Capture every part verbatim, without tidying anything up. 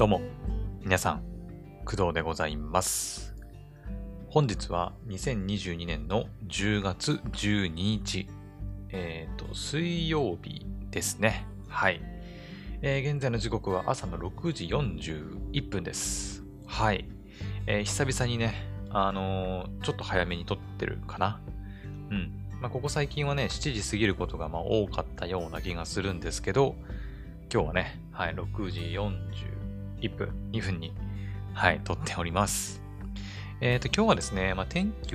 どうも、皆さん、工藤でございます。本日はにせんにじゅうにねんのじゅうがつじゅうににち、えっと、水曜日ですね。はい。えー現在の時刻は朝のろくじよんじゅういっぷんです。はい。えー久々にね、あのーちょっと早めに撮ってるかな。うん。まあ、ここ最近はね、しちじ過ぎることがまあ多かったような気がするんですけど、今日はね、はい、ろくじよんじゅういっぷん、にふんに、はい、撮っております。えっと、今日はですね、まあ、天気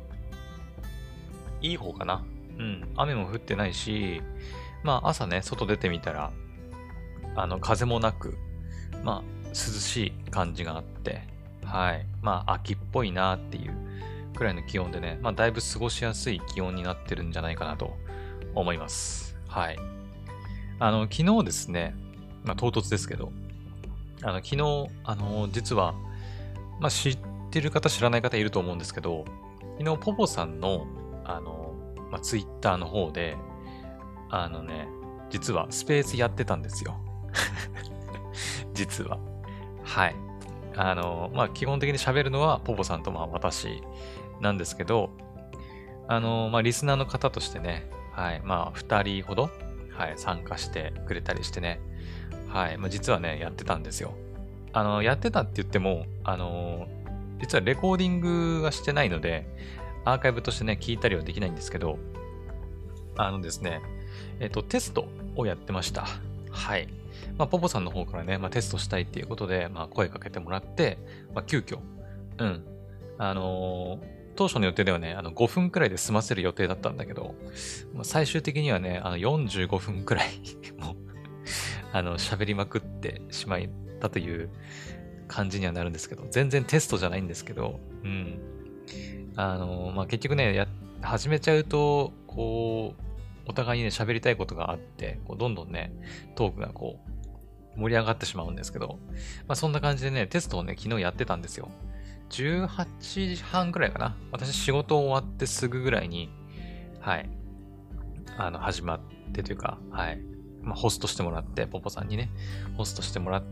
はいい方かな。うん、雨も降ってないし、まあ、朝ね、外出てみたら、あの、風もなく、まあ、涼しい感じがあって、はい、まあ、秋っぽいなっていうくらいの気温でね、まあ、だいぶ過ごしやすい気温になってるんじゃないかなと思います。はい。あの、昨日ですね、まあ、唐突ですけど、あの、昨日、あの、実は、まあ、知ってる方、知らない方いると思うんですけど、昨日、ポポさんの、あの、まあ、ツイッターの方で、あのね、実はスペースやってたんですよ。実は。はい。あの、まあ、基本的に喋るのは、ポポさんと、まあ、私なんですけど、あの、まあ、リスナーの方としてね、はい、まあ、ふたりほど、はい、参加してくれたりしてね、はい、まあ、実はね、やってたんですよ。あの、やってたって言っても、あの、実はレコーディングはしてないので、アーカイブとしてね、聞いたりはできないんですけど、あのですね、えっと、テストをやってました。はい。まあ、ポポさんの方からね、まあ、テストしたいっていうことで、まあ、声かけてもらって、まあ、急遽、うん。あのー当初の予定ではね、あのごふんくらいで済ませる予定だったんだけど、まあ、最終的にはね、あのよんじゅうごふんくらいもうあの、喋りまくってしまったという感じにはなるんですけど、全然テストじゃないんですけど、うん。あの、まあ、結局ね、や、始めちゃうと、こう、お互いにね、喋りたいことがあって、こうどんどんね、トークがこう、盛り上がってしまうんですけど、まあ、そんな感じでね、テストをね、昨日やってたんですよ。じゅうはちじはんくらいかな。私仕事終わってすぐぐらいに、はい、あの、始まってというか、はい、まあ、ホストしてもらって、ポポさんにね、ホストしてもらって、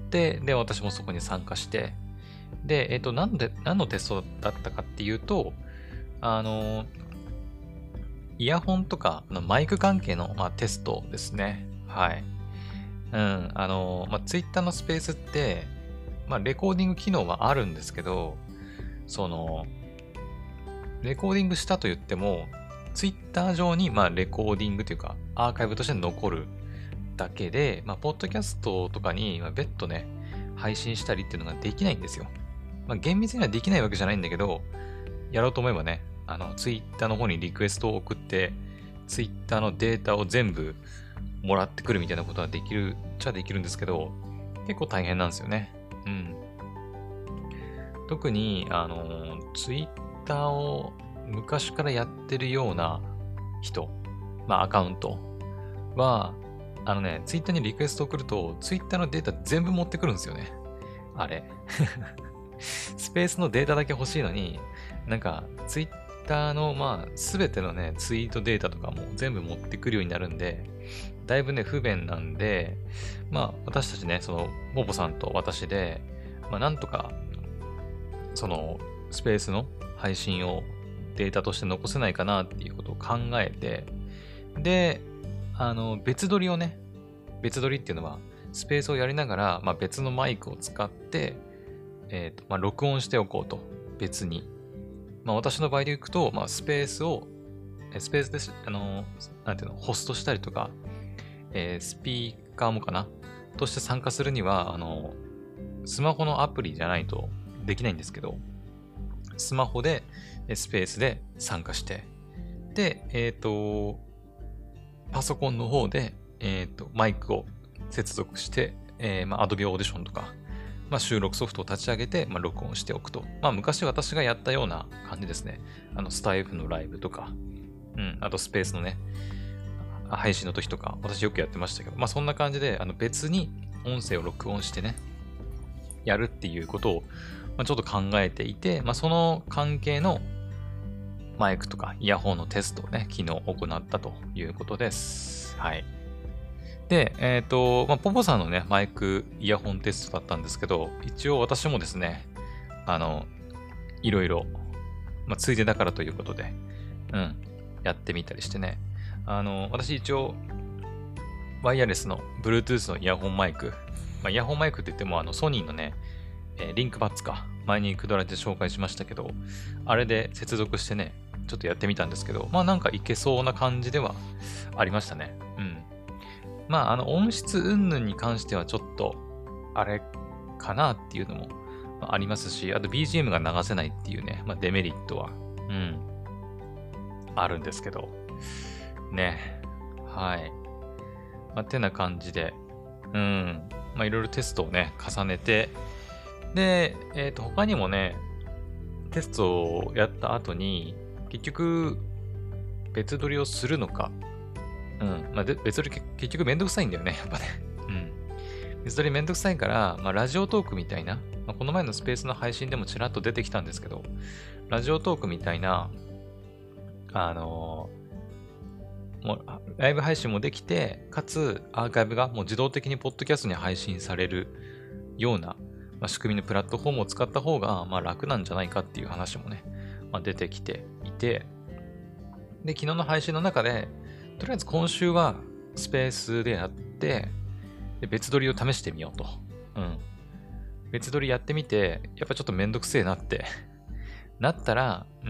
で、私もそこに参加して、で、えっと、なんで、何のテストだったかっていうと、あの、イヤホンとか、あのマイク関係の、まあ、テストですね。はい。うん、あの、まあ、Twitter のスペースって、まあ、レコーディング機能はあるんですけど、その、レコーディングしたと言っても、Twitter 上に、まあ、レコーディングというか、アーカイブとして残るだけで、まあ、ポッドキャストとかに、まあ、別途ね、配信したりっていうのができないんですよ。まあ、厳密にはできないわけじゃないんだけど、やろうと思えばね、あの、Twitter の方にリクエストを送って、Twitter のデータを全部もらってくるみたいなことはできるっちゃできるんですけど、結構大変なんですよね。うん。特に、あの、Twitter を昔からやってるような人、まあアカウントは、あのね、Twitter にリクエストを送ると、Twitter のデータ全部持ってくるんですよね。あれ。スペースのデータだけ欲しいのに、なんか、Twitter の、まあ、すべてのね、ツイートデータとかも全部持ってくるようになるんで、だいぶね、不便なんで、まあ、私たちね、その、ボボさんと私で、まあ、なんとか、その、スペースの配信をデータとして残せないかなっていうことを考えて、で、あの、別撮りをね、別撮りっていうのは、スペースをやりながら、まあ、別のマイクを使って、えっと、まあ、録音しておこうと。別に。まあ、私の場合でいくと、まあ、スペースを、えスペースでし、あの、なんていうの、ホストしたりとか、えースピーカーもかなとして参加するには、あの、スマホのアプリじゃないとできないんですけど、スマホで、えスペースで参加して、で、えっと、パソコンの方で、えっと、マイクを接続して、えーまあ、Adobe Audition とか、まあ、収録ソフトを立ち上げて、まあ、録音しておくと。まあ、昔私がやったような感じですね。あの、スタイフのライブとか、うん、あとスペースのね、配信の時とか、私よくやってましたけど、まあ、そんな感じで、あの、別に音声を録音してね、やるっていうことを、まあ、ちょっと考えていて、まあ、その関係のマイクとかイヤホンのテストをね、昨日行ったということです。はい。 で、えっと、まあ、ポポさんのね、マイク、イヤホンテストだったんですけど、一応私もですね、あの、いろいろ、まあ、ついでだからということで、うん、やってみたりしてね。あの、私一応、ワイヤレスの Bluetooth のイヤホンマイク、まあ、イヤホンマイクって言っても、あの、ソニーのね、えーリンクバッツか、前にくだられて紹介しましたけど、あれで接続してね、ちょっとやってみたんですけど、まあなんかいけそうな感じではありましたね。うん。まあ、あの、音質云々に関してはちょっと、あれかなっていうのもまあありますし、あと ビージーエム が流せないっていうね、まあデメリットは、うん、あるんですけど、ね。はい。まあ、てな感じで、うん。まあ、いろいろテストをね、重ねて、で、えっと、他にもね、テストをやった後に、結局、別撮りをするのか、うん。まあ、で別撮りけ結局めんどくさいんだよね、やっぱね。うん。別撮りめんどくさいから、まあ、ラジオトークみたいな、まあ、この前のスペースの配信でもちらっと出てきたんですけど、ラジオトークみたいな、あのーもう、あライブ配信もできて、かつ、アーカイブがもう自動的にポッドキャストに配信されるような、まあ、仕組みのプラットフォームを使った方が、まあ、楽なんじゃないかっていう話もね、まあ、出てきていて、で、昨日の配信の中で、とりあえず今週はスペースでやって、で別撮りを試してみようと。うん。別撮りやってみて、やっぱちょっとめんどくせえなってなったら、うん。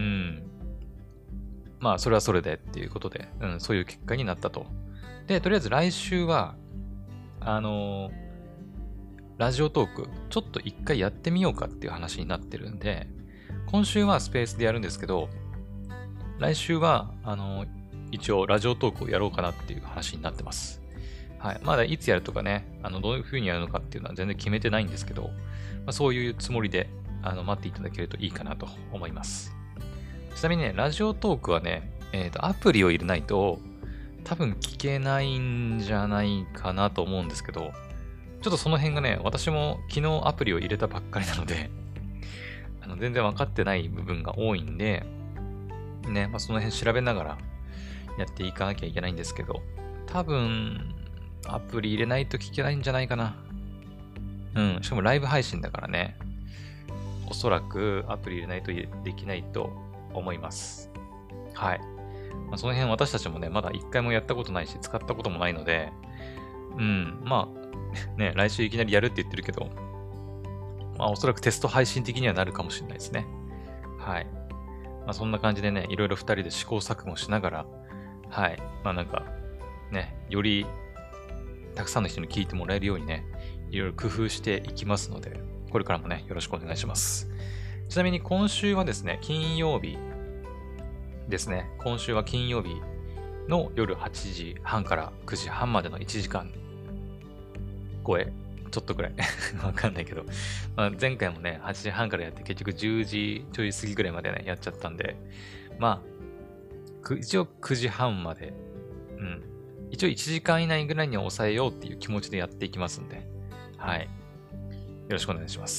まあ、それはそれでっていうことで、うん、そういう結果になったと。で、とりあえず来週は、あのーラジオトーク、ちょっと一回やってみようかっていう話になってるんで、今週はスペースでやるんですけど、来週は、あのー一応ラジオトークをやろうかなっていう話になってます。はい。まだいつやるとかね、あの、どういう風にやるのかっていうのは全然決めてないんですけど、まあ、そういうつもりで、あの、待っていただけるといいかなと思います。ちなみにね、ラジオトークはね、えっと、アプリを入れないと、多分聞けないんじゃないかなと思うんですけど、ちょっとその辺がね、私も昨日アプリを入れたばっかりなので、あの全然分かってない部分が多いんで、ね、まあ、その辺調べながらやっていかなきゃいけないんですけど、多分、アプリ入れないと聞けないんじゃないかな。うん、しかもライブ配信だからね、おそらくアプリ入れないとできないと思います。はい。まあ、その辺私たちもね、まだ一回もやったことないし、使ったこともないので、うん、まあ、ね、来週いきなりやるって言ってるけど、まあ、おそらくテスト配信的にはなるかもしれないですね。はい。まあ、そんな感じでね、いろいろ二人で試行錯誤しながら、はい。まあなんか、ね、よりたくさんの人に聞いてもらえるようにね、いろいろ工夫していきますので、これからもね、よろしくお願いします。ちなみに今週はですね、金曜日ですね。今週は金曜日の夜はちじはんからくじはんまでのいちじかん超え、ちょっとくらいわかんないけど、まあ、前回もね、はちじはんからやって結局じゅうじちょい過ぎぐらいまでね、やっちゃったんで、まあ、く一応くじはんまで、うん。一応いちじかん以内ぐらいには抑えようっていう気持ちでやっていきますんで、はい。よろしくお願いします。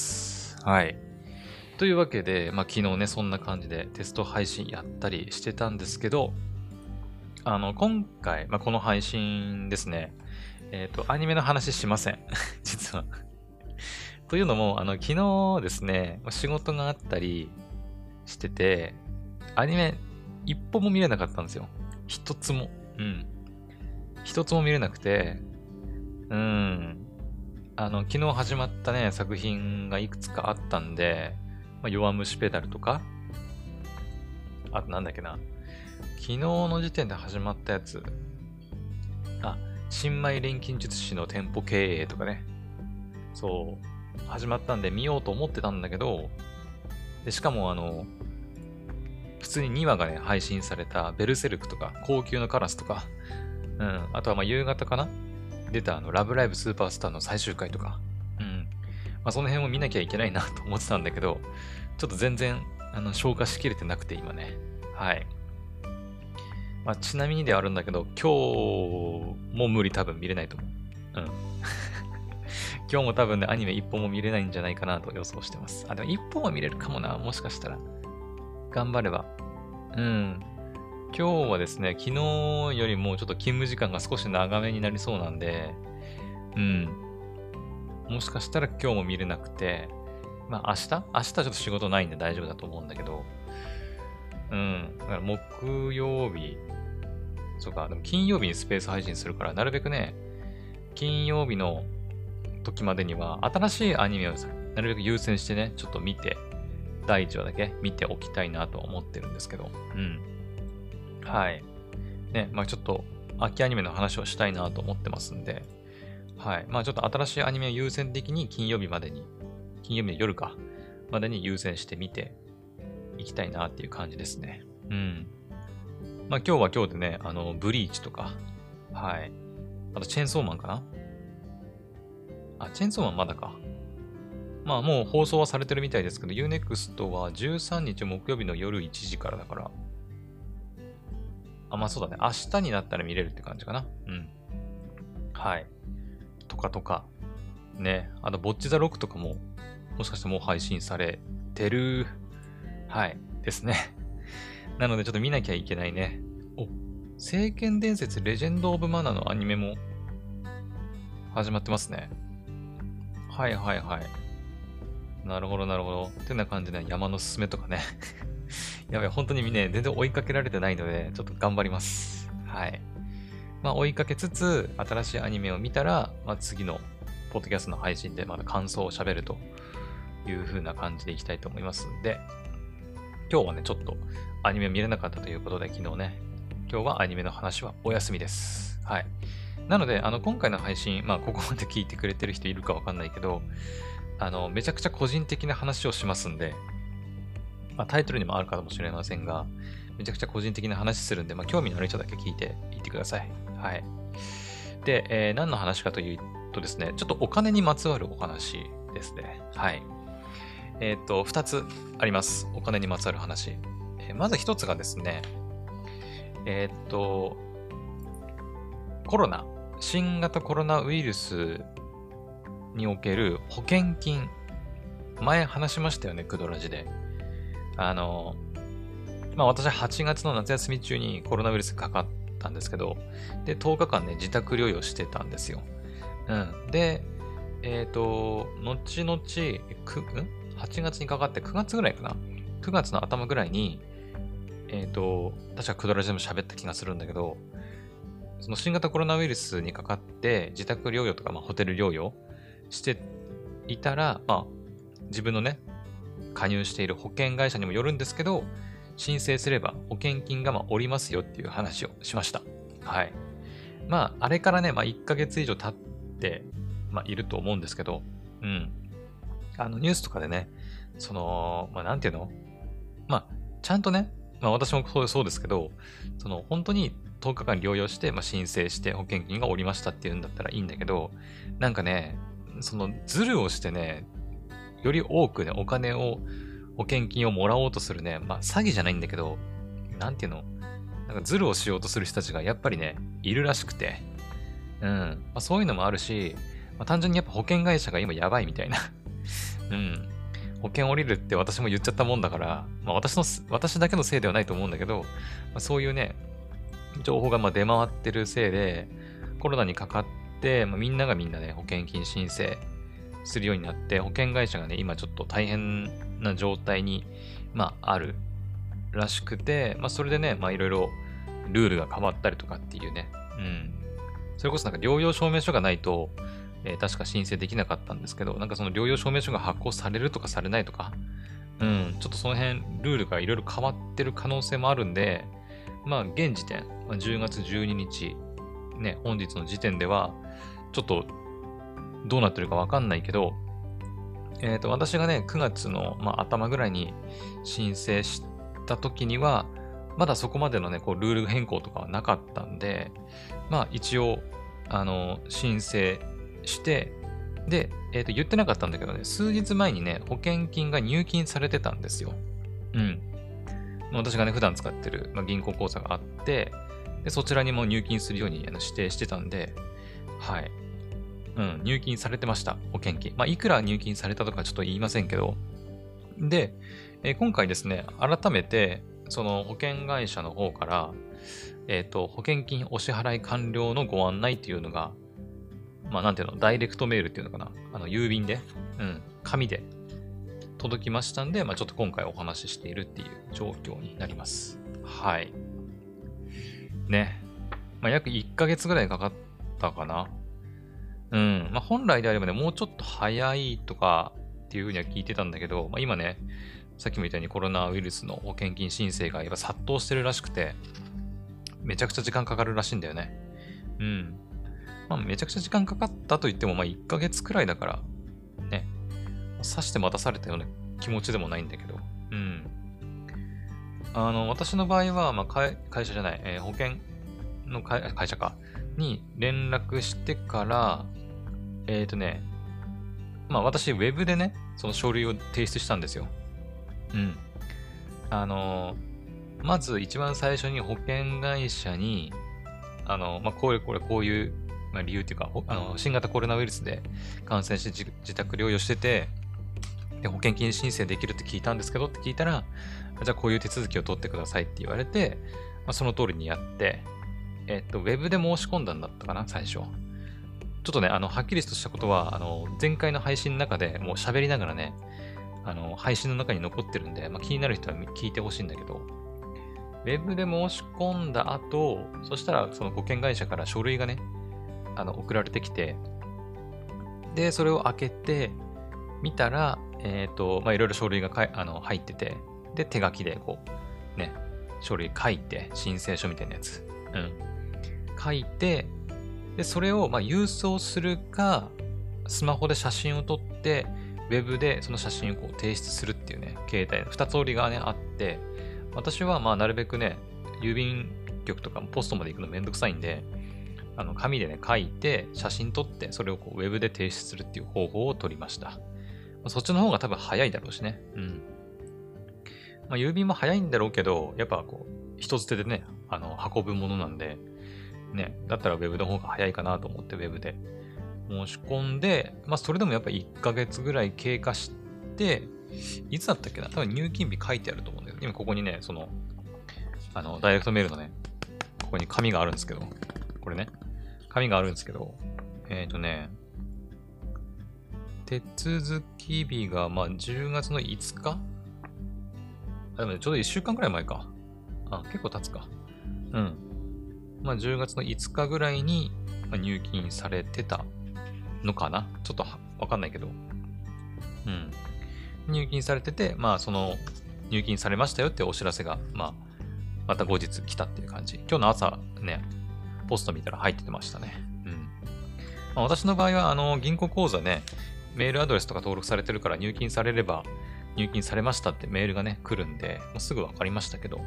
はい。というわけで、まあ昨日ね、そんな感じでテスト配信やったりしてたんですけど、あの、今回、まあこの配信ですね、えっと、アニメの話しません。実は。というのも、あの、昨日ですね、仕事があったりしてて、アニメ一本も見れなかったんですよ。一つも。うん。一つも見れなくて、うーん。あの、昨日始まったね、作品がいくつかあったんで、まあ、弱虫ペダルとか、あとなんだっけな。昨日の時点で始まったやつ、あ、新米錬金術師の店舗経営とかね。そう、始まったんで見ようと思ってたんだけど、で、しかもあの、普通ににわがね、配信されたベルセルクとか、高級のカラスとか、うん、あとはまあ夕方かな出たあの、ラブライブスーパースターの最終回とか、うん。まあその辺を見なきゃいけないなと思ってたんだけど、ちょっと全然、あの、消化しきれてなくて今ね。はい。まあちなみにではあるんだけど、今日も無理多分見れないと思う。うん。今日も多分ね、アニメ一本も見れないんじゃないかなと予想してます。あ、でも一本は見れるかもな、もしかしたら。頑張れば。うん。 今日はですね、昨日よりもちょっと勤務時間が少し長めになりそうなんで、うん。もしかしたら今日も見れなくて、まあ明日明日はちょっと仕事ないんで大丈夫だと思うんだけど、うん。だから木曜日、そうか、でも金曜日にスペース配信するから、なるべくね、金曜日の時までには新しいアニメをなるべく優先してね、ちょっと見て、だいいちわだけ見ておきたいなと思ってるんですけど、うん。はい。ね、まあちょっと秋アニメの話をしたいなと思ってますんで、はい。まあちょっと新しいアニメを優先的に金曜日までに、金曜日の夜か、までに優先して見ていきたいなっていう感じですね。うん。まあ今日は今日でね、あの、ブリーチとか、はい。あとチェーンソーマンかなあ、チェーンソーマンまだか。まあもう放送はされてるみたいですけど、ユーネクスト はじゅうさんにち木曜日の夜いちじからだから、あ、まあそうだね。明日になったら見れるって感じかな。うん。はい。とかとか。ね。あと、ボッチザロックとかも、もしかしてもう配信されてる。はい。ですね。なのでちょっと見なきゃいけないね。お、聖剣伝説レジェンド・オブ・マナーのアニメも始まってますね。はいはいはい。なるほどなるほど。ってな感じで、山のすすめとかね。やばい、本当にね、全然追いかけられてないので、ちょっと頑張ります。はい。まあ追いかけつつ、新しいアニメを見たら、まあ次のポッドキャストの配信でまた感想を喋るという風な感じでいきたいと思いますんで、今日はね、ちょっとアニメ見れなかったということで、昨日ね、今日はアニメの話はお休みです。はい。なので、あの、今回の配信、まあ、ここまで聞いてくれてる人いるかわかんないけど、あの、めちゃくちゃ個人的な話をしますんで、まあ、タイトルにもあるかもしれませんが、めちゃくちゃ個人的な話するんで、まあ、興味のある人だけ聞いていってください。はい。で、えー何の話かというとですね、ちょっとお金にまつわるお話ですね。はい。えっと、二つあります。お金にまつわる話。えーまず一つがですね、えっと、コロナ、新型コロナウイルスにおける保険金。前話しましたよね、クドラジで。あの、まあ私ははちがつの夏休み中にコロナウイルスかかったんですけど、で、とおかかんね、自宅療養してたんですよ。うん。で、えっと、後々、く、ん ?はち 月にかかってくがつぐらいかな。くがつの頭ぐらいに、えっと、確かクドラジでも喋った気がするんだけど、その新型コロナウイルスにかかって自宅療養とか、まあ、ホテル療養していたら、まあ、自分のね、加入している保険会社にもよるんですけど、申請すれば保険金がまあ下りますよっていう話をしました。はい。まあ、あれからね、まあ、いっかげつ以上経って、まあ、いると思うんですけど、うん。あの、ニュースとかでね、その、まあ、なんていうのまあ、ちゃんとね、まあ、私もそうそうですけど、その、本当にとおかかん療養して、まあ、申請して保険金が下りましたっていうんだったらいいんだけど、なんかね、その、ズルをしてね、より多くね、お金を、保険金をもらおうとするね、まあ、詐欺じゃないんだけど、なんていうのなんかズルをしようとする人たちがやっぱりね、いるらしくて、うん。まあ、そういうのもあるし、まあ、単純にやっぱ保険会社が今やばいみたいな。うん。保険降りるって私も言っちゃったもんだから、まあ私のす、私だけのせいではないと思うんだけど、まあ、そういうね、情報がまあ出回ってるせいで、コロナにかかって、まあ、みんながみんなね、保険金申請するようになって、保険会社がね、今ちょっと大変な状態に、まあ、あるらしくて、まあ、それでね、まあ、いろいろルールが変わったりとかっていうね、うん。それこそなんか療養証明書がないと、えー確か申請できなかったんですけど、なんかその療養証明書が発行されるとかされないとか、うん、ちょっとその辺、ルールがいろいろ変わってる可能性もあるんで、まあ、現時点、まあじゅうがつじゅうににち、ね、本日の時点では、ちょっとどうなってるかわかんないけど、えっと、私がね、くがつの、まあ、頭ぐらいに申請した時には、まだそこまでのね、こう、ルール変更とかはなかったんで、まあ、一応、あの、申請して、で、えっと、言ってなかったんだけどね、数日前にね、保険金が入金されてたんですよ。うん。私がね、普段使ってる、まあ、銀行口座があって、で、そちらにも入金するようにあの指定してたんで、はい。うん、入金されてました、保険金。まあ、いくら入金されたとかちょっと言いませんけど。で、えー今回ですね、改めて、 その保険会社の方から、えっと、保険金お支払い完了のご案内っていうのが、まあ、なんていうの、ダイレクトメールっていうのかな。あの、郵便で、うん、紙で届きましたんで、まあ、ちょっと今回お話ししているっていう状況になります。はい。ね。まあ、約いっかげつぐらいかかったかな。うん。まあ、本来であればね、もうちょっと早いとかっていうふうには聞いてたんだけど、まあ、今ね、さっきも言ったようにコロナウイルスの保険金申請が今殺到してるらしくて、めちゃくちゃ時間かかるらしいんだよね。うん。まあ、めちゃくちゃ時間かかったと言っても、まあ、いっかげつくらいだから、ね。刺して待たされたような気持ちでもないんだけど、うん。あの、私の場合は、まあ、会会社じゃない、えー保険の会会社か、に連絡してから、えっとね、まあ、私、ウェブでね、その書類を提出したんですよ。うん。あのー、まず一番最初に保険会社に、あの、まあ、これこれこういう、まあ、理由っていうか、ほあの、新型コロナウイルスで感染して自自宅療養してて、で、保険金申請できるって聞いたんですけどって聞いたら、じゃあこういう手続きを取ってくださいって言われて、まあ、その通りにやって、えっと、ウェブで申し込んだんだったかな、最初。ちょっとね、あの、はっきりとしたことは、あの、前回の配信の中でもう喋りながらね、あの、配信の中に残ってるんで、まあ、気になる人は聞いてほしいんだけど、ウェブで申し込んだ後、そしたらその保険会社から書類がね、あの、送られてきて、で、それを開けて、見たら、えっと、まあ、いろいろ書類がかいあの入ってて、で、手書きでこう、ね、書類書いて、申請書みたいなやつ。うん。書いて、で、それを、まあ、郵送するか、スマホで写真を撮って、ウェブでその写真をこう提出するっていうね、携帯、二つ折りがね、あって、私は、まあ、なるべくね、郵便局とかポストまで行くのめんどくさいんで、あの、紙でね、書いて、写真撮って、それをこうウェブで提出するっていう方法を取りました。そっちの方が多分早いだろうしね。うん。まあ、郵便も早いんだろうけど、やっぱこう、人捨てでね、あの、運ぶものなんで、ね、だったらウェブの方が早いかなと思ってウェブで申し込んで、まあ、それでもやっぱいっかげつぐらい経過して、いつだったっけな、多分入金日書いてあると思うんだけど、今ここにね、その、あの、ダイレクトメールのね、ここに紙があるんですけど、これね、紙があるんですけど、えっとね、手続き日が、まあ、じゅうがつのいつかあ、でもね、ちょうどいっしゅうかんくらい前か。あ、結構経つか。うん。まあ、じゅうがつのいつかぐらいにまあ入金されてたのかなちょっとはわかんないけど。うん。入金されてて、まあ、その、入金されましたよってお知らせが、まあ、また後日来たっていう感じ。今日の朝ね、ポスト見たら入ってましたね。うん。まあ、私の場合は、あの、銀行口座ね、メールアドレスとか登録されてるから入金されれば、入金されましたってメールがね、来るんで、もうすぐわかりましたけど、うん。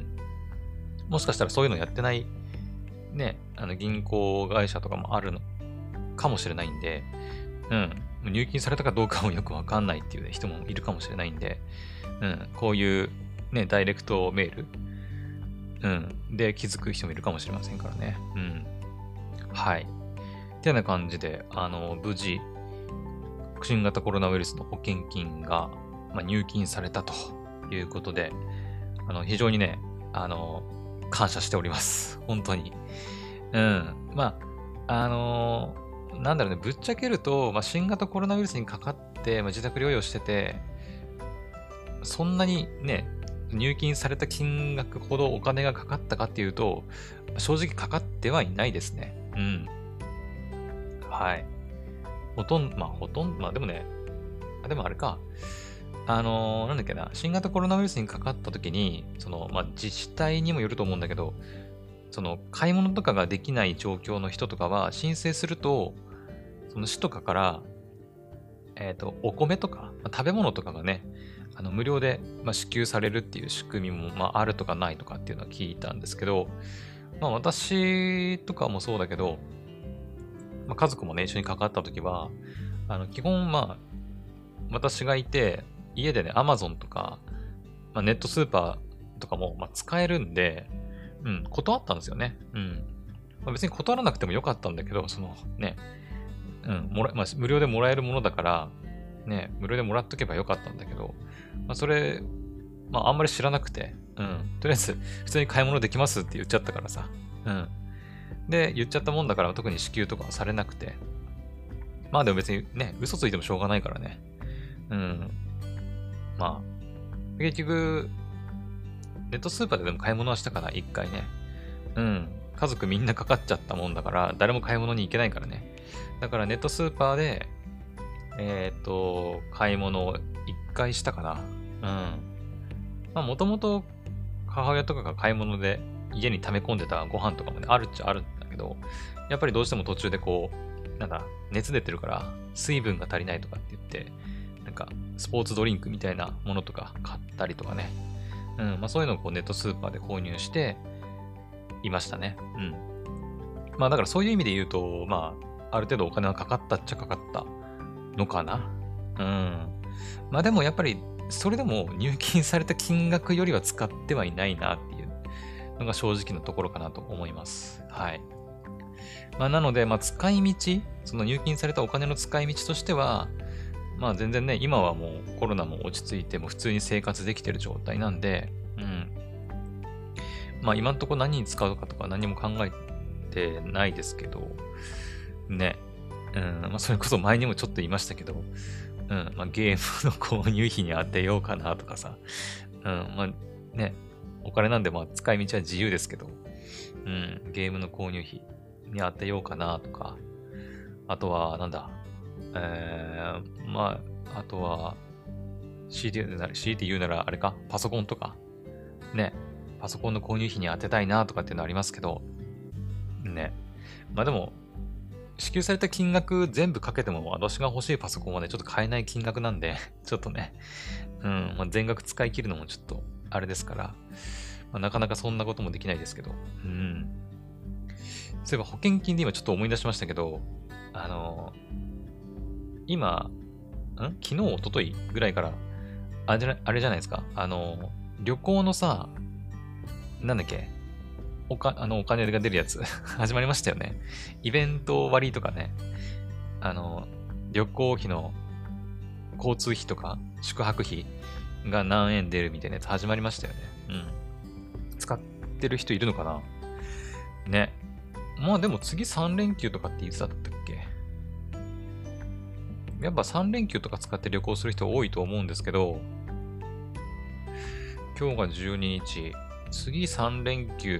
もしかしたらそういうのやってない、ね、あの銀行会社とかもあるのかもしれないんで、うん。入金されたかどうかもよくわかんないっていう、ね、人もいるかもしれないんで、うん。こういうね、ダイレクトメール、うん。で気づく人もいるかもしれませんからね。うん。はい。ってな感じで、あの、無事、新型コロナウイルスの保険金が、まあ、入金されたということで、あの、非常にね、あの、感謝しております。本当に。うん。まあ、あのなんだろうね、ぶっちゃけると、まあ、新型コロナウイルスにかかって、まあ、自宅療養してて、そんなにね、入金された金額ほどお金がかかったかっていうと、正直かかってはいないですね。うん。はい。ほとんど、まあ、ほとんど、まあでもね、あでもあれか。あのーなんだっけな、新型コロナウイルスにかかった時に、その、まあ自治体にもよると思うんだけど、その、買い物とかができない状況の人とかは、申請すると、その市とかから、えっと、お米とか、まあ食べ物とかがね、あの、無料で、まあ、支給されるっていう仕組みも、まあ、あるとかないとかっていうのは聞いたんですけど、まあ、私とかもそうだけど、まあ、家族もね、一緒にかかった時は、あの、基本、まあ、私がいて、家でね、Amazon とか、まあ、ネットスーパーとかも、まあ、使えるんで、うん、断ったんですよね。うん。まあ、別に断らなくてもよかったんだけど、そのね、うん、もら、まあ、無料でもらえるものだから、ね、無料でもらっとけばよかったんだけど、まあ、それ、まあ、あんまり知らなくて、 うん。とりあえず、普通に買い物できますって言っちゃったからさ。うん。で、言っちゃったもんだから特に支給とかはされなくて。まあでも別にね、嘘ついてもしょうがないからね。うん。まあ、結局、ネットスーパーででも買い物はしたかな、一回ね。うん。家族みんなかかっちゃったもんだから、誰も買い物に行けないからね。だからネットスーパーで、えっと、買い物を一回したかな。うん。まあもともと母親とかが買い物で家に溜め込んでたご飯とかもね、あるっちゃあるんだけど、やっぱりどうしても途中でこう、なんだ、熱出てるから水分が足りないとかって言って、なんかスポーツドリンクみたいなものとか買ったりとかね。うん、まあそういうのをこうネットスーパーで購入していましたね。うん。まあだからそういう意味で言うと、まあ、ある程度お金はかかったっちゃかかったのかな。うん。まあでもやっぱり、それでも入金された金額よりは使ってはいないなっていうのが正直なところかなと思います。はい。まあなので、まあ使い道、その入金されたお金の使い道としては、まあ全然ね、今はもうコロナも落ち着いても普通に生活できてる状態なんで、うん。まあ今んとこ何に使うかとか何も考えてないですけど、ね。うん、まあそれこそ前にもちょっと言いましたけど、うん、まあゲームの購入費に当てようかなとかさ、うん、まあね、お金なんでまあ使い道は自由ですけど、うん、ゲームの購入費に当てようかなとか、あとはなんだ、えー、まあ、あとは、強いて言うなら、強いて言うならあれか、パソコンとか、ね、パソコンの購入費に当てたいなとかっていうのありますけど、ね。まあでも、支給された金額全部かけても私が欲しいパソコンはね、ちょっと買えない金額なんで、ちょっとね、うん、まあ、全額使い切るのもちょっとあれですから、まあ、なかなかそんなこともできないですけど、うん。そういえば保険金で今ちょっと思い出しましたけど、あの今、ん昨日、一昨日ぐらいから、あれじゃあれじゃないですか。あの、旅行のさ、なんだっけ、おか、あの、お金が出るやつ始まりましたよね。イベント割とかね。あの、旅行費の交通費とか宿泊費が何円出るみたいなやつ始まりましたよね。うん。使ってる人いるのかなね。まあでも次さん連休とかっていつだったっけ？やっぱさん連休とか使って旅行する人多いと思うんですけど、今日がじゅうににち、次さん連休って、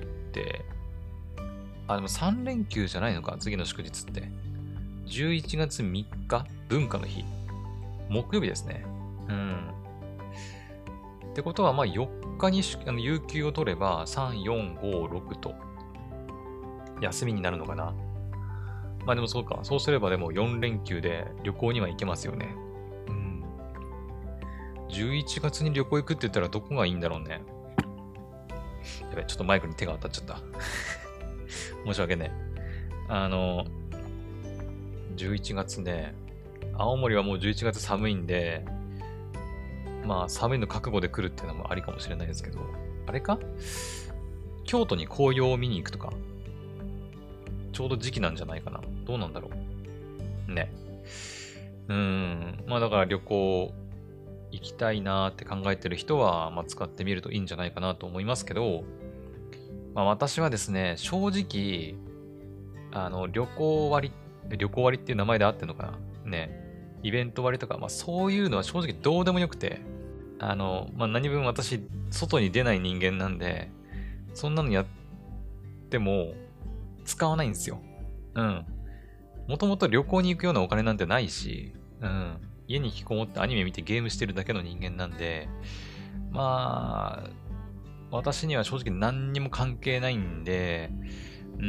あ、でもさん連休じゃないのか、次の祝日って。じゅういちがつみっか、文化の日。木曜日ですね。うん。ってことは、まあよっかにあの有給を取れば、さん、よん、ご、ろくと、休みになるのかな。まあでもそうか。そうすればでもよん連休で旅行には行けますよね。うん。じゅういちがつに旅行行くって言ったらどこがいいんだろうね。やべ、ちょっとマイクに手が当たっちゃった。申し訳ね。あの、じゅういちがつね、青森はもうじゅういちがつ寒いんで、まあ寒いの覚悟で来るっていうのもありかもしれないですけど、あれか京都に紅葉を見に行くとか、ちょうど時期なんじゃないかな。どうなんだろう。ね。うーん。まあだから旅行行きたいなーって考えてる人は、まあ使ってみるといいんじゃないかなと思いますけど、まあ私はですね、正直、あの、旅行割、旅行割っていう名前で合ってんのかなね。イベント割とか、まあそういうのは正直どうでもよくて、あの、まあ何分私、外に出ない人間なんで、そんなのやっても使わないんですよ。うん。もともと旅行に行くようなお金なんてないし、うん。家に引きこもってアニメ見てゲームしてるだけの人間なんで、まあ、私には正直何にも関係ないんで、うん。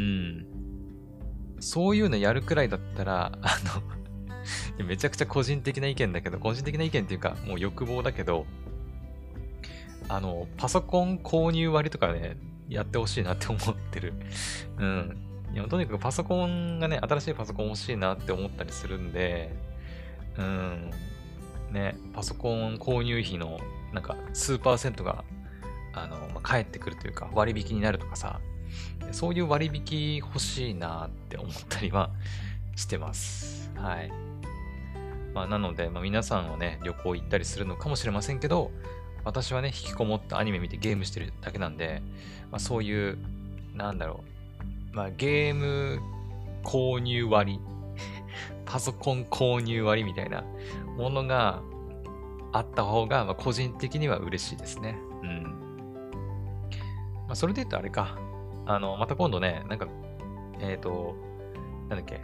そういうのやるくらいだったら、あのめちゃくちゃ個人的な意見だけど、個人的な意見っていうか、もう欲望だけど、あの、パソコン購入割とかね、やってほしいなって思ってる。うん。いや、とにかくパソコンがね、新しいパソコン欲しいなって思ったりするんで、うん。ね、パソコン購入費の、なんか、数パーセントが、あの、まあ、返ってくるというか、割引になるとかさ、そういう割引欲しいなって思ったりはしてます。はい。まあ、なので、まあ、皆さんはね、旅行行ったりするのかもしれませんけど、 私はね、引きこもってアニメ見てゲームしてるだけなんで、まあ、そういう、なんだろう、まあ、ゲーム購入割、パソコン購入割みたいなものがあった方が、まあ、個人的には嬉しいですね。うん。まあ、それで言うとあれか。あの、また今度ね、なんか、えっと、なんだっけ。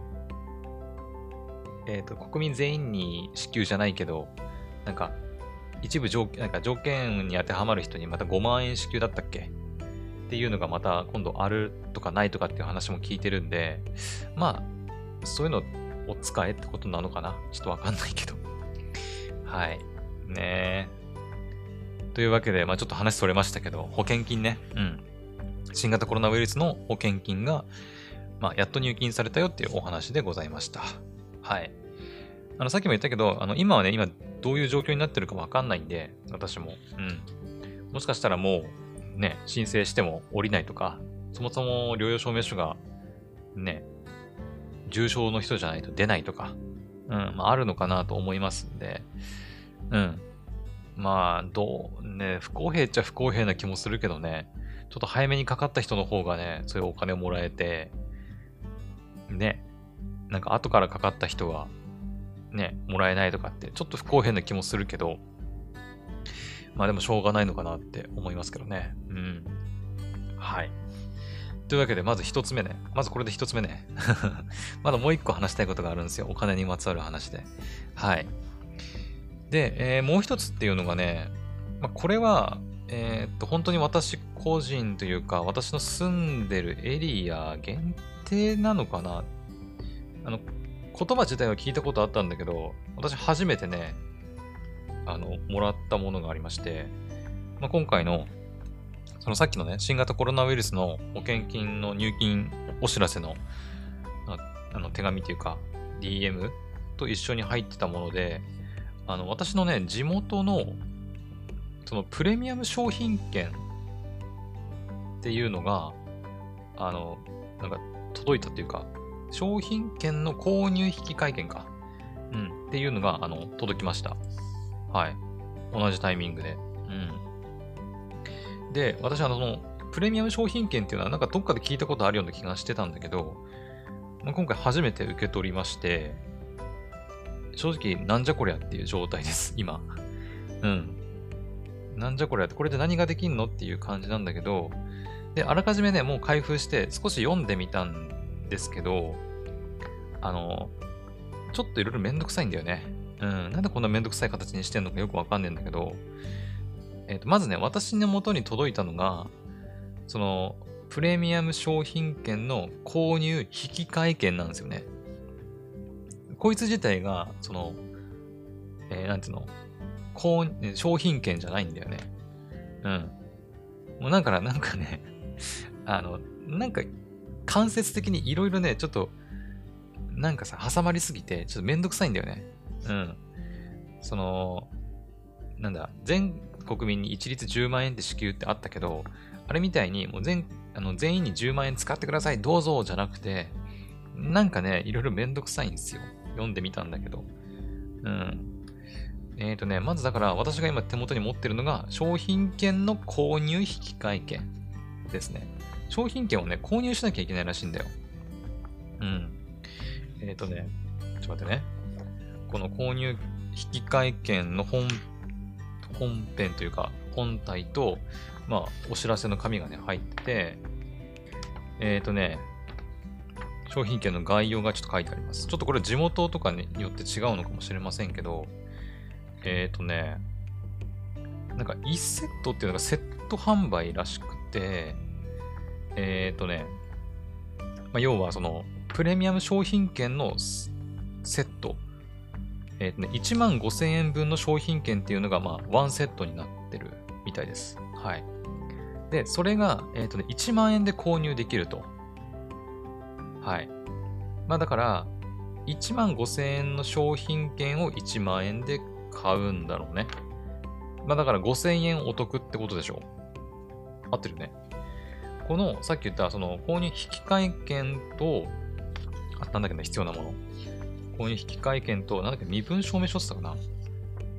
えっと、国民全員に支給じゃないけど、なんか、一部条件、なんか条件に当てはまる人にまたごまん円支給だったっけっていうのがまた今度あるとかないとかっていう話も聞いてるんで、まあ、そういうのを使えってことなのかなちょっとわかんないけど。はい。ねえ。というわけで、まあちょっと話それましたけど、保険金ね。うん。新型コロナウイルスの保険金が、まあやっと入金されたよっていうお話でございました。はい。あの、さっきも言ったけど、あの、今はね、今どういう状況になってるかわかんないんで、私も。うん。もしかしたらもう、ね、申請しても降りないとか、そもそも療養証明書が、ね、重症の人じゃないと出ないとか、うん、まあ、あるのかなと思いますんで、うん。まあ、どう、ね、不公平っちゃ不公平な気もするけどね、ちょっと早めにかかった人の方がね、そういうお金をもらえて、ね、なんか後からかかった人は、ね、もらえないとかって、ちょっと不公平な気もするけど、まあでもしょうがないのかなって思いますけどね。うん。はい。というわけで、まず一つ目ね。まずこれで一つ目ね。まだもう一個話したいことがあるんですよ。お金にまつわる話で。はい。で、えーもう一つっていうのがね、まあ、これは、えーっと、本当に私個人というか、私の住んでるエリア限定なのかな。あの、言葉自体は聞いたことあったんだけど、私初めてね、あの、もらったものがありまして、まあ、今回の、そのさっきのね、新型コロナウイルスの保険金の入金お知らせの、ああの手紙というか、ディーエム と一緒に入ってたもので、あの、私のね、地元の、そのプレミアム商品券っていうのが、あの、なんか届いたっていうか、商品券の購入引換券か。うん。っていうのが、あの、届きました。はい。同じタイミングで。うん。で、私はあの、その、プレミアム商品券っていうのはなんかどっかで聞いたことあるような気がしてたんだけど、まあ今回初めて受け取りまして、正直なんじゃこりゃっていう状態です、今。うん。なんじゃこりゃって、これで何ができんのっていう感じなんだけど、で、あらかじめね、もう開封して少し読んでみたんですけど、あの、ちょっといろいろめんどくさいんだよね。うん。なんでこんなめんどくさい形にしてんのかよくわかんねえんだけど、えっと、まずね、私の元に届いたのが、その、プレミアム商品券の購入引換券なんですよね。こいつ自体が、その、えーなんていうの、購入商品券じゃないんだよね。うん。もうだから、なんかね、あの、なんか、間接的にいろいろね、ちょっと、なんかさ、挟まりすぎて、ちょっとめんどくさいんだよね。うん。その、なんだ、全国民に一律じゅうまん円って支給ってあったけど、あれみたいに、もう全、あの、全員にじゅうまん円使ってください、どうぞ、じゃなくて、なんかね、いろいろめんどくさいんですよ。読んでみたんだけど。うん。えっとね、まずだから私が今手元に持ってるのが商品券の購入引換券ですね。商品券をね、購入しなきゃいけないらしいんだよ。うん。えっとね、ちょっと待ってね。この購入引換券の本、本編というか、本体と、まあ、お知らせの紙がね、入ってて、えっとね、商品券の概要がちょっと書いてあります。ちょっとこれ地元とかによって違うのかもしれませんけど、えっとね、なんかいちセットっていうのがセット販売らしくて、えっとね、まあ、要はそのプレミアム商品券のセット、えっとね、いちまんごせんえんぶんの商品券っていうのがまあワンセットになってるみたいです。はい。で、それが、えっとね、いちまん円で購入できると。はい。まあだから、いちまんごせんえんの商品券をいちまん円で買うんだろうね。まあだからごせんえんお得ってことでしょ。合ってるね。この、さっき言ったその購入引換券と、あったんだけど必要なもの。購入引換券と、なんだっけ、身分証明書って言ったかな。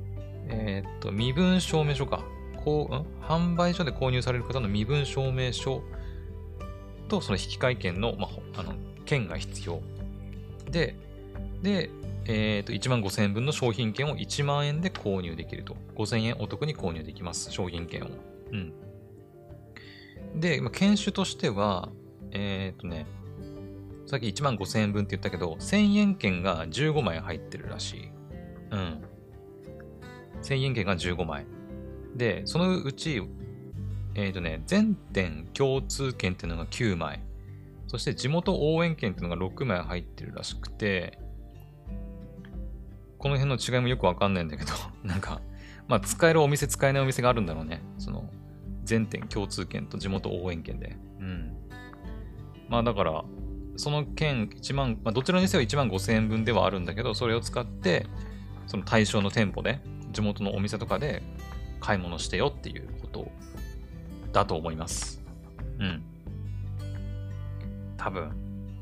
えーっと、身分証明書か。こう、ん販売所で購入される方の身分証明書と、その引換券の、まあ、あの、券が必要。で、で、えーっと、いちまんごせんえんぶんの商品券をいちまんえんで購入できると。ごせんえんお得に購入できます。商品券を。うん。で、まあ、犬種としては、えーっとね、さっきいちまんごせんえんぶんって言ったけど、せんえん券がじゅうごまい入ってるらしい。うん。せんえん券がじゅうごまい。で、そのうち、えっ、とね、全店共通券っていうのがきゅうまい。そして地元応援券っていうのがろくまい入ってるらしくて、この辺の違いもよくわかんないんだけど、なんか、まあ使えるお店使えないお店があるんだろうね。その、全店共通券と地元応援券で。うん。まあだから、その券いちまん、まあどちらにせよいちまんごせんえんぶんではあるんだけど、それを使って、その対象の店舗で、地元のお店とかで買い物してよっていうことだと思います。うん。多分。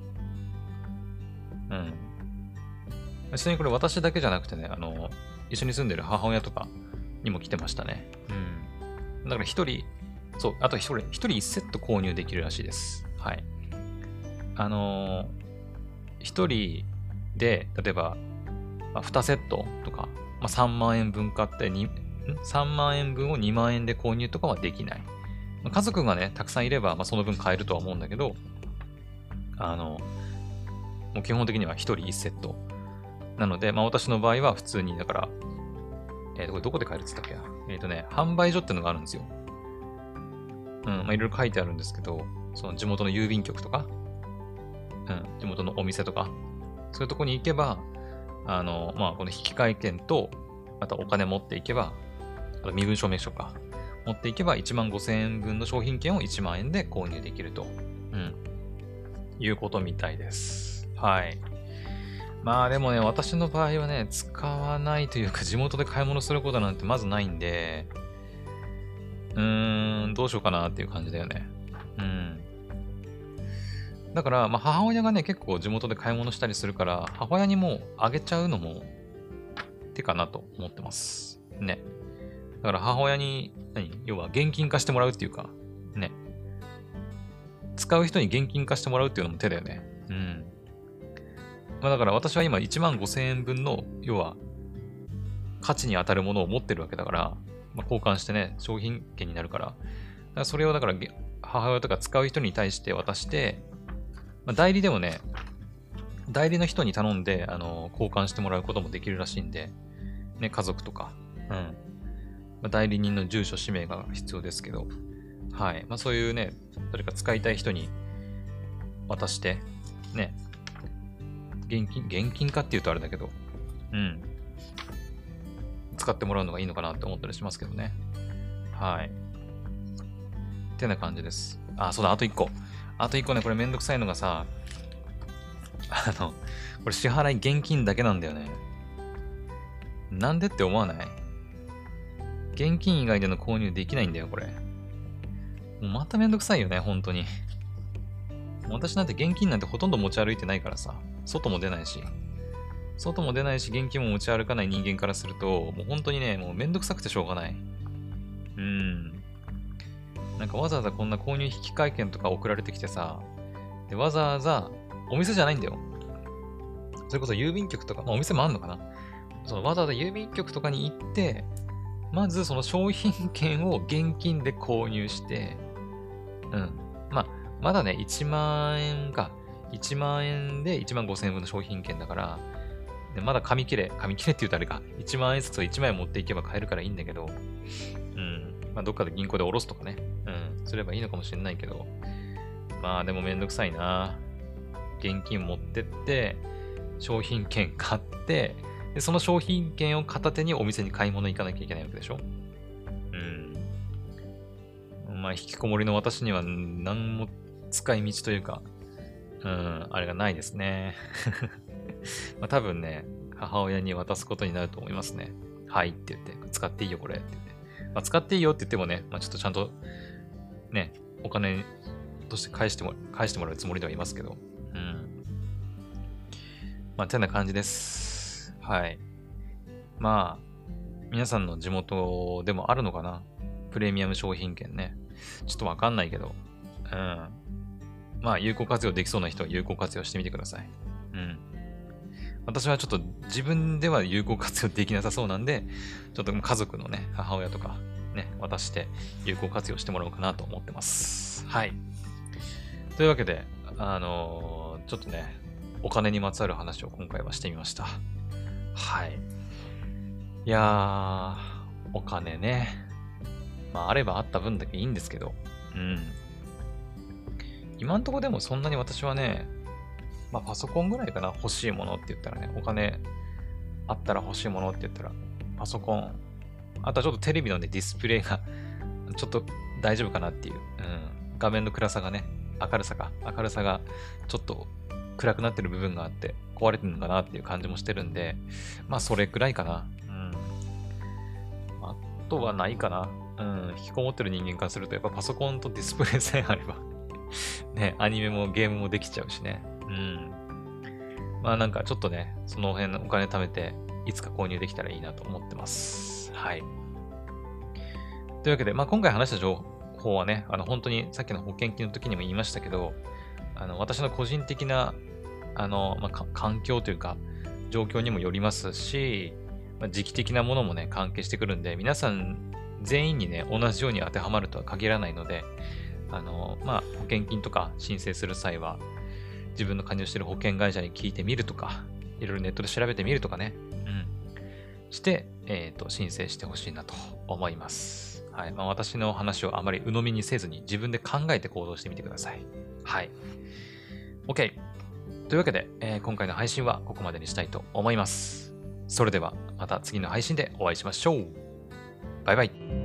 うん。ちなみにこれ私だけじゃなくてね、あの、一緒に住んでる母親とかにも来てましたね。うん。だから一人、そう、あと一人、一人一セット購入できるらしいです。はい。あのー、一人で、例えば、まあ、にセットとか、まあ、さんまんえんぶん買ってに、さんまんえんぶんをにまんえんで購入とかはできない。まあ、家族がね、たくさんいれば、まあ、その分買えるとは思うんだけど、あの、もう基本的にはひとりいちセット。なので、まあ私の場合は普通に、だから、えー、これどこで買えるって言ったっけな。えっ、ー、とね、販売所ってのがあるんですよ。うん、まあいろいろ書いてあるんですけど、その地元の郵便局とか、うん、地元のお店とか、そういうとこに行けば、あの、まあこの引換券と、またお金持っていけば、あと身分証明書か、持っていけばいちまんごせんえんぶんの商品券をいちまんえんで購入できると。うん。いうことみたいです。はい。まあでもね、私の場合はね、使わないというか、地元で買い物することなんてまずないんで、うーん、どうしようかなっていう感じだよね。うん。だから、まあ母親がね、結構地元で買い物したりするから、母親にもうあげちゃうのも手かなと思ってます。ね。だから母親に、何要は現金化してもらうっていうか、ね。使う人に現金化してもらうっていうのも手だよね。うん。まあだから私は今いちまんごせんえんぶんの、要は、価値に当たるものを持ってるわけだから、まあ、交換してね、商品券になるから、だからそれをだから母親とか使う人に対して渡して、まあ、代理でもね、代理の人に頼んで、あの、交換してもらうこともできるらしいんで、ね、家族とか、うん。まあ、代理人の住所、氏名が必要ですけど、はい。まあそういうね、誰か使いたい人に渡して、ね、現金、現金化って言うとあれだけど、うん。使ってもらうのがいいのかなって思ったりしますけどね。はい。ってな感じです。あ、そうだ、あといっこ。あといっこね、これめんどくさいのがさ、あの、これ支払い現金だけなんだよね。なんでって思わない？現金以外での購入できないんだよ、これ。もうまためんどくさいよね、本当に。私なんて現金なんてほとんど持ち歩いてないからさ、外も出ないし、外も出ないし、現金も持ち歩かない人間からすると、もう本当にね、もうめんどくさくてしょうがない。うーん。なんかわざわざこんな購入引換券とか送られてきてさ、でわざわざ、お店じゃないんだよ。それこそ郵便局とか、まあお店もあんのかな。そのわざわざ郵便局とかに行って、まずその商品券を現金で購入して、うん。まあ、まだね、いちまんえんか。いちまんえんでいちまんごせんえんぶんの商品券だから、でまだ紙切れ、紙切れって言うとあれか、いちまんえんずつをいちまい持っていけば買えるからいいんだけど、うん。まあ、どっかで銀行で下ろすとかね、うん、すればいいのかもしれないけど、まあ、でもめんどくさいな。現金持ってって、商品券買って、でその商品券を片手にお店に買い物行かなきゃいけないわけでしょ。うん。まあ、引きこもりの私には何も使い道というか、うん、あれがないですね。まあ、多分ね、母親に渡すことになると思いますね。はいって言って、使っていいよこれって言って。まあ、使っていいよって言ってもね、まあ、ちょっとちゃんと、ね、お金として返しても、返してもらうつもりではいますけど。うん。まあ、てな感じです。はい。まあ、 皆さんの地元でもあるのかな、プレミアム商品券ね。ちょっとわかんないけど。うん。まあ、有効活用できそうな人は有効活用してみてください。うん。私はちょっと自分では有効活用できなさそうなんで、ちょっと家族のね、母親とかね、渡して有効活用してもらおうかなと思ってます。はい。というわけで、あのーちょっとね、お金にまつわる話を今回はしてみました。はい。いやー、お金ね。まあ、あればあった分だけいいんですけど、うん。今んとこでもそんなに私はね、まあ、パソコンぐらいかな、欲しいものって言ったらね、お金あったら欲しいものって言ったら、パソコン、あとはちょっとテレビのね、ディスプレイがちょっと大丈夫かなっていう、うん、画面の暗さがね、明るさか、明るさがちょっと暗くなってる部分があって、壊れてるのかなっていう感じもしてるんで、まあ、それくらいかな。うん。あとはないかな。うん、引きこもってる人間からすると、やっぱパソコンとディスプレイさえあればね、アニメもゲームもできちゃうしね。うん。まあなんかちょっとね、その辺のお金貯めて、いつか購入できたらいいなと思ってます。はい。というわけで、まあ今回話した情報はね、あの本当にさっきの保険金の時にも言いましたけど、あの私の個人的な、あの、まあ、環境というか、状況にもよりますし、まあ、時期的なものもね、関係してくるんで、皆さん全員にね、同じように当てはまるとは限らないので、あの、まあ、保険金とか申請する際は、自分の加入している保険会社に聞いてみるとか、いろいろネットで調べてみるとかね、うん。して、えっと、申請してほしいなと思います。はい。まあ、私の話をあまり鵜呑みにせずに、自分で考えて行動してみてください。はい。OK。というわけで、えー今回の配信はここまでにしたいと思います。それでは、また次の配信でお会いしましょう。バイバイ。